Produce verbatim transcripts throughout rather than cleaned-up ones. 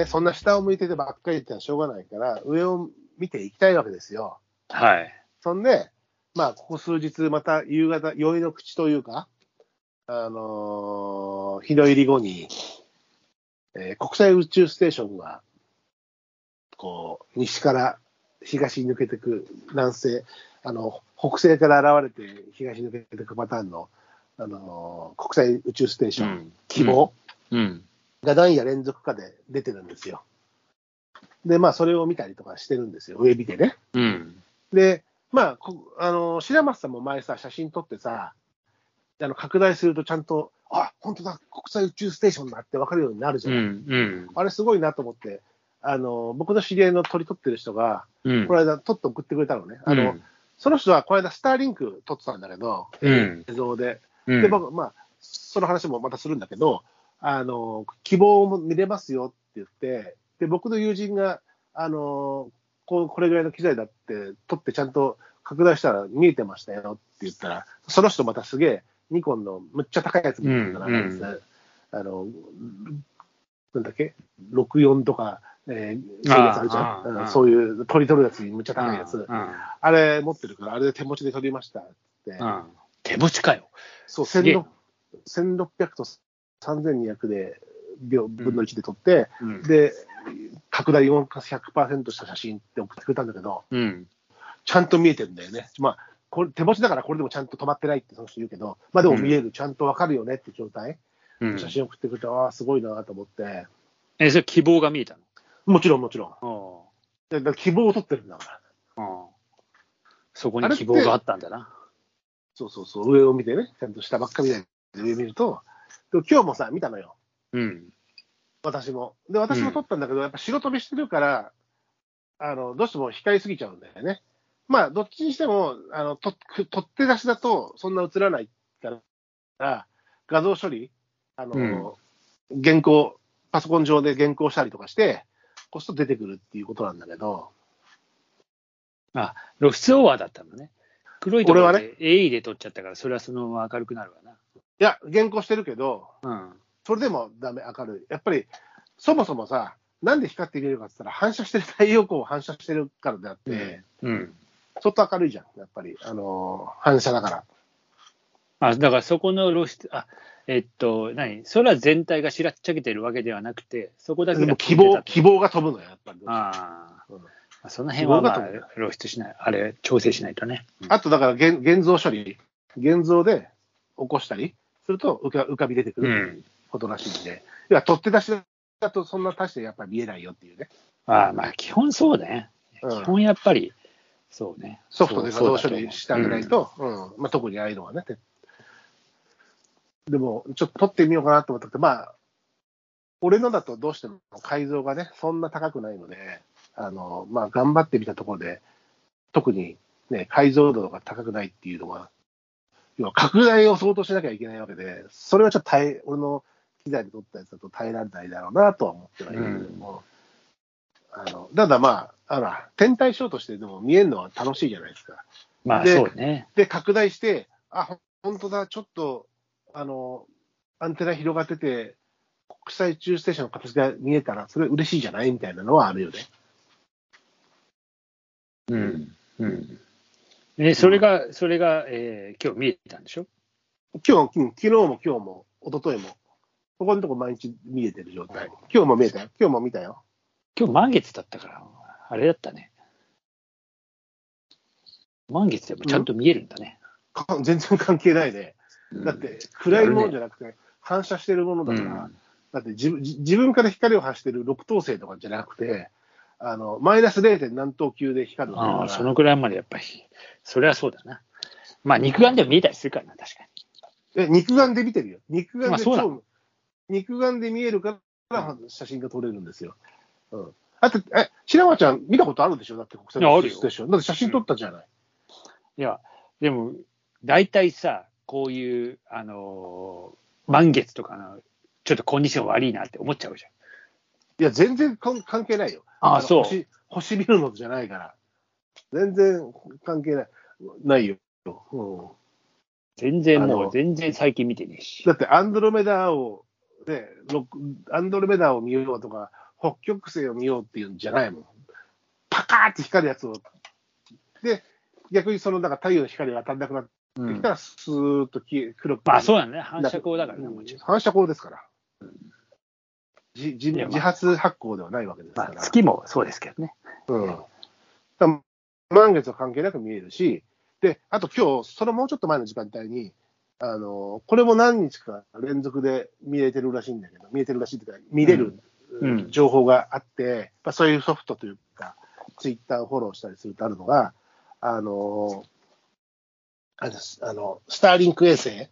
ね、そんな下を向いててばっかり言ったらしょうがないから、上を見ていきたいわけですよ。 はい。 そんで、まあ、ここ数日、また夕方、酔いの口というか、あのー、日の入り後に、えー国際宇宙ステーションが、こう、西から東に抜けていく、南西、あの、北西から現れて東に抜けていくパターンの、あのー国際宇宙ステーション、うん、希望、うんうん、が何夜連続かで出てるんですよ。で、まあ、それを見たりとかしてるんですよ、上見てね。うん、で、まあ、あの、白松さんも前さ、写真撮ってさ、あの拡大するとちゃんと、あ、本当だ、国際宇宙ステーションだって分かるようになるじゃない。うんうん、あれすごいなと思って、あの、僕の知り合いの撮り撮ってる人が、うん、この間撮って送ってくれたのね。あの、うん、その人はこの間スターリンク撮ってたんだけど、うん、映像で。うん、で、僕、まあ、その話もまたするんだけど、あの、希望も見れますよって言って、で、僕の友人が、あの、こうこれぐらいの機材だって撮ってちゃんと拡大したら見えてましたよって言ったら、その人またすげえ、ニコンのむっちゃ高いやつ持ってるから、うんうん、あの、なんだっけ、ろくじゅうよんとか、えー、そういうやつあるじゃん。うん、そういう取り取るやつにむっちゃ高いやつ。あ, あれ持ってるから、あれで手持ちで取りましたって。 手持ちかよ。 そう、せんろっぴゃくとさんぜんにひゃくで秒分のいちで撮って、うん、で、拡大 ひゃくパーセント した写真って送ってくれたんだけど、うん、ちゃんと見えてるんだよね。まあ、これ手持ちだからこれでもちゃんと止まってないってその人言うけど、まあでも見える、うん、ちゃんとわかるよねって状態、うん、写真送ってくれて、ああ、すごいなと思って。 え、それ希望が見えたの？ もちろんもちろん。だから希望を取ってるんだから。 そこに希望があったんだな。 そうそうそう、上を見てね、ちゃんと下ばっかりで上見ると、でも今日もさ、見たのよ。うん。私も。で、私も撮ったんだけど、うん、やっぱ白飛びしてるから、あの、どうしても光りすぎちゃうんだよね。まあ、どっちにしても、あの、と、取って出しだとそんな映らないから、画像処理、あの、うん、原稿、パソコン上で原稿したりとかして、こそ出てくるっていうことなんだけど。 あ、露出オーバーだったのね。黒いところで エーイー で撮っちゃったから、それはそのまま明るくなるわな。いや、原稿してるけど、うん、それでもダメ、明るい。やっぱり、そもそもさ、なんで光って見えるかって言ったら、反射してる太陽光を反射してるからであって、うんうん、相当明るいじゃん、やっぱり、あのー、反射だから。 あ、だからそこの露出、あ、えっと、何、空全体がしらっちゃけてるわけではなくて、そこだけが希望、希望が飛ぶのよ、やっぱり。 あ、うん、あ、その辺は、まあ、露出しない、あれ、調整しないとね。 うん、あと、だから現、現像処理、現像で起こしたりすると浮か、浮かび出てくることらしいんで、うん、いや、取って出しだとそんな大してやっぱり見えないよっていうね。 ああ、まあ、基本そうね。うん、基本やっぱり、そうね。 ソフトで画像処理してあげないと、うん、うん、まあ、特にああいうのはね。でも、ちょっと撮ってみようかなと思ったけど、まあ、俺のだとどうしても解像がね、そんな高くないので、あの、まあ、頑張ってみたところで、特にね、解像度が高くないっていうのは、要は拡大を相当しなきゃいけないわけで、それはちょっと耐え、俺の機材で撮ったやつだと耐えられないだろうなとは思ってはいるけども、うん、あの、ただまあ、あの、天体ショーとしてでも見えるのは楽しいじゃないですか。 まあ、そうね。 で、拡大して、あ、本当だ、ちょっと、あの、アンテナ広がってて、国際宇宙ステーションの形が見えたら、それ嬉しいじゃないみたいなのはあるよね。 うん。うん。え、それが、うん、それが、えー、今日見えたんでしょ？ 今日、昨日も今日も、一昨日も、ここのとこ毎日見えてる状態。今日も見えたよ。今日も見たよ。 今日満月だったから、あれだったね。満月でもちゃんと見えるんだね。 うん、全然関係ないね。だって、暗いものじゃなくて、反射してるものだから、うん、だって自分自分から光を発してる六等星とかじゃなくて、あのマイナス ゼロ. 何等級で光るわけだから。ああ、そのくらいまでやっぱり、それはそうだな。まあ、肉眼でも見えたりするからな、確かに。え、肉眼で見てるよ。肉眼で超、まあ、肉眼で見えるから写真が撮れるんですよ。うん。あと、え、白間ちゃん見たことあるでしょ？だって国際宇宙ステーション。だって写真撮ったじゃない。 うん、いや、でも、大体さ、こういう、あのー、満月とかの、ちょっとコンディション悪いなって思っちゃうじゃん。 いや、全然関係ないよ。 ああ、そう。 星、星見るのじゃないから。全然関係ない。ないよ。うん、 全然もう、全然最近見てねえし。 だって、アンドロメダを、ね、アンドロメダを見ようとか、 北極星を見ようっていうんじゃないもん。パカーって光るやつを。で、逆にその、なんか太陽の光が当たんなくなってきたら、スーッと黒く。 まあそうだね。反射光だからね、もちろん。 反射光ですから。自, 自, 自発発光ではないわけですから。 まあ、月もそうですけどね。 うん。満月は関係なく見えるし、で、あと今日、そのもうちょっと前の時間帯に、あの、これも何日か連続で見れてるらしいんだけど、見れてるらしいというか、見れる、うん、情報があって、まあ、そういうソフトというか、ツイッターをフォローしたりするとあるのが、あの、あれです、あの、スターリンク衛星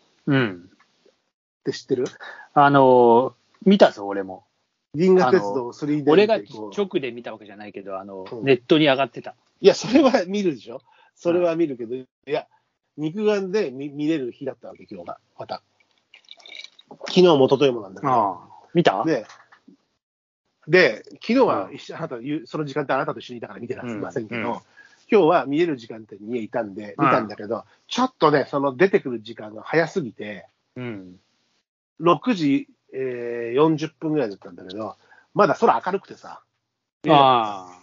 って知ってる？ あの、見たぞ、俺も。 銀河鉄道 スリーディー俺が直で見たわけじゃないけど、あの、うん、ネットに上がってた。 いや、それは見るでしょ？それは見るけど、いや、肉眼で 見, 見れる日だったわけ、今日が。また。昨日も一昨日もなんだけど。 ああ、見た？ で、で、昨日は、うん、あなた、その時間帯あなたと一緒にいたから見てなすみませんけど、うんうん、今日は見える時間帯に家いたんで、見たんだけど、うん、ちょっとね、その出てくる時間が早すぎて、うん、ろくじ、えー、よんじゅっぷんぐらいだったんだけど、まだ空明るくてさ。 ああ。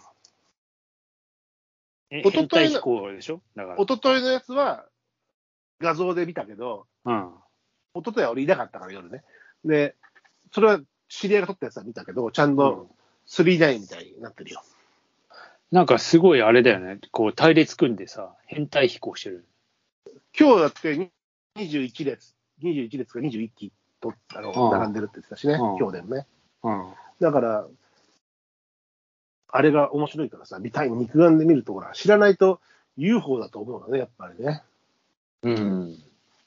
おとといの、おとといのやつは画像で見たけど、うん、おとといは俺いなかったから夜ね。で、それは知り合いが撮ったやつは見たけど、ちゃんとスリーナインみたいになってるよ。 なんかすごいあれだよね。こう隊列組んでさ、編隊飛行してる。 今日だってにじゅういち列、にじゅういち列かにじゅういっ機とあの、うん、並んでるって言ってたしね、うん、今日でもね。うん、だから、あれが面白いからさ、見たい、肉眼で見ると、ほら、知らないと ユーフォー だと思うのね、やっぱりね。うん。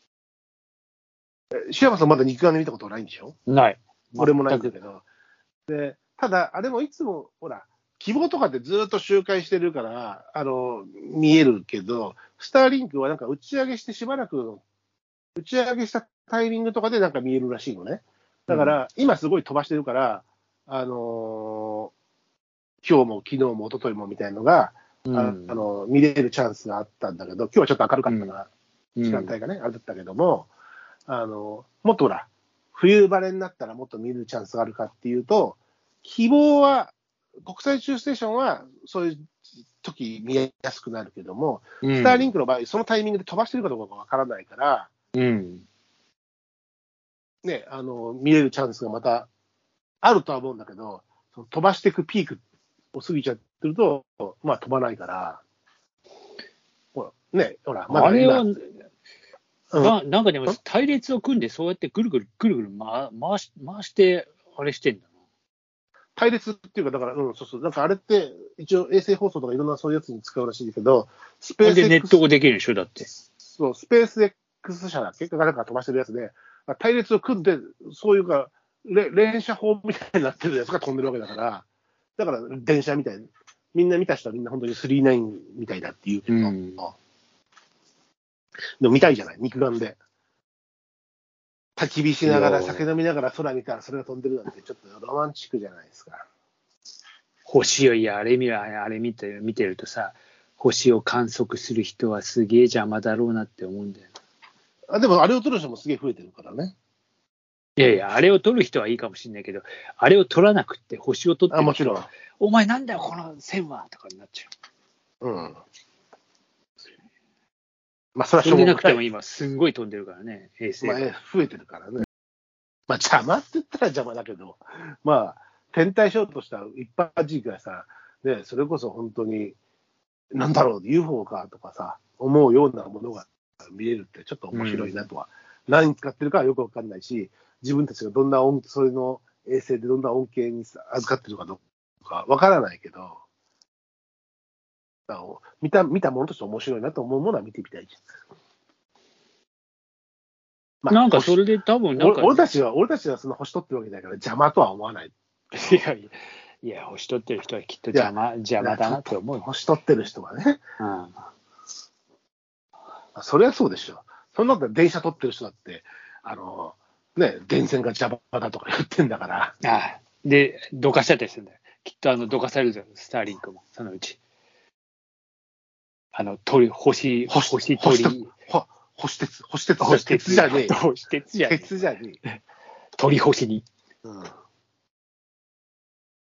シアマさんまだ肉眼で見たことないんでしょ？ ない。 俺もないんだけど。で、ただ、あれもいつも、ほら、希望とかでずっと周回してるから、あの、見えるけど、スターリンクはなんか打ち上げしてしばらく、打ち上げしたタイミングとかでなんか見えるらしいのね。だから、うん、今すごい飛ばしてるから、あのー、今日も昨日も一昨日もみたいのが、うん、ああの見れるチャンスがあったんだけど、今日はちょっと明るかったな、うん、時間帯がね、あれだったけども、あのもっとほら、冬晴れになったらもっと見るチャンスがあるかっていうと、希望は、国際宇宙ステーションはそういう時見えやすくなるけども、うん、スターリンクの場合、そのタイミングで飛ばしてるかどうかわからないから、うんね、あの見れるチャンスがまたあるとは思うんだけど、その飛ばしていくピークを過ぎちゃってると、まあ飛ばないから、ほら、ね、ほら、 まだあれは、うん、な, なんかでも隊列を組んで、そうやってぐるぐるぐるぐる回し、回して、あれしてんだな。 隊列っていうか、だから、うん、そうそう、なんかあれって、一応衛星放送とかいろんなそういうやつに使うらしいけど、 スペース X。で、ネットができるでしょ、だって。 そう、スペース X 社だっけかなんか飛ばしてるやつで、隊列を組んで、そういうか、連射砲みたいになってるやつが飛んでるわけだから、だから電車みたいに、みんな見た人はみんな本当にスリーナインみたいだって言うけど、うん、でも見たいじゃない、肉眼で。焚き火しながら、酒飲みながら空見たらそれが飛んでるなんて、ちょっとロマンチックじゃないですか。 星を、いや、あれ見る、あれ見て、見てるとさ、星を観測する人はすげえ邪魔だろうなって思うんだよ。 あ、でもあれを撮る人もすげえ増えてるからね。 いやいや、あれを撮る人はいいかもしれないけど、あれを撮らなくって星を撮ってる人は、 あ、もちろん。 お前なんだよ、この線はとかになっちゃう。うん。 まあ、それはしょうがなくても今、すんごい飛んでるからね、衛星が。 まあ、増えてるからね。まあ、邪魔って言ったら邪魔だけど、まあ、天体ショーとした一般人がさ、ね、それこそ本当に、なんだろう、ユーフォー かとかさ、思うようなものが見れるってちょっと面白いなとは。うん、何に使ってるかはよくわかんないし、自分たちがどんな音、それの衛星でどんな恩恵に預かってるかどうかわからないけど、見た、見たものとして面白いなと思うものは見てみたいじゃん。 まあ、なんかそれで多分なんか、 俺たちは、俺たちはその星取ってるわけだから邪魔とは思わない。 いやいや、いや、星取ってる人はきっと邪魔、邪魔だなって思う。 星取ってる人はね。うん。それはそうでしょ。そんなこと電車取ってる人だって、あの、ね、電線が邪魔だとか言ってんだから。 ああ。で、どかしちゃったりするんだよ。きっとあの、どかされるぞ、スターリンクも、そのうち。あの、鳥、星、星鳥。 星鉄、星鉄、星鉄じゃねえ。 星鉄じゃねえ。 鉄じゃねえ。 鳥星に。うん。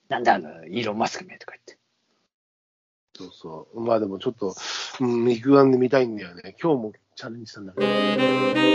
なんだあの、イーロン・マスクめとか言って。 そうそう。まあでもちょっと、うん、肉眼で見たいんだよね。今日もチャレンジしたんだけど。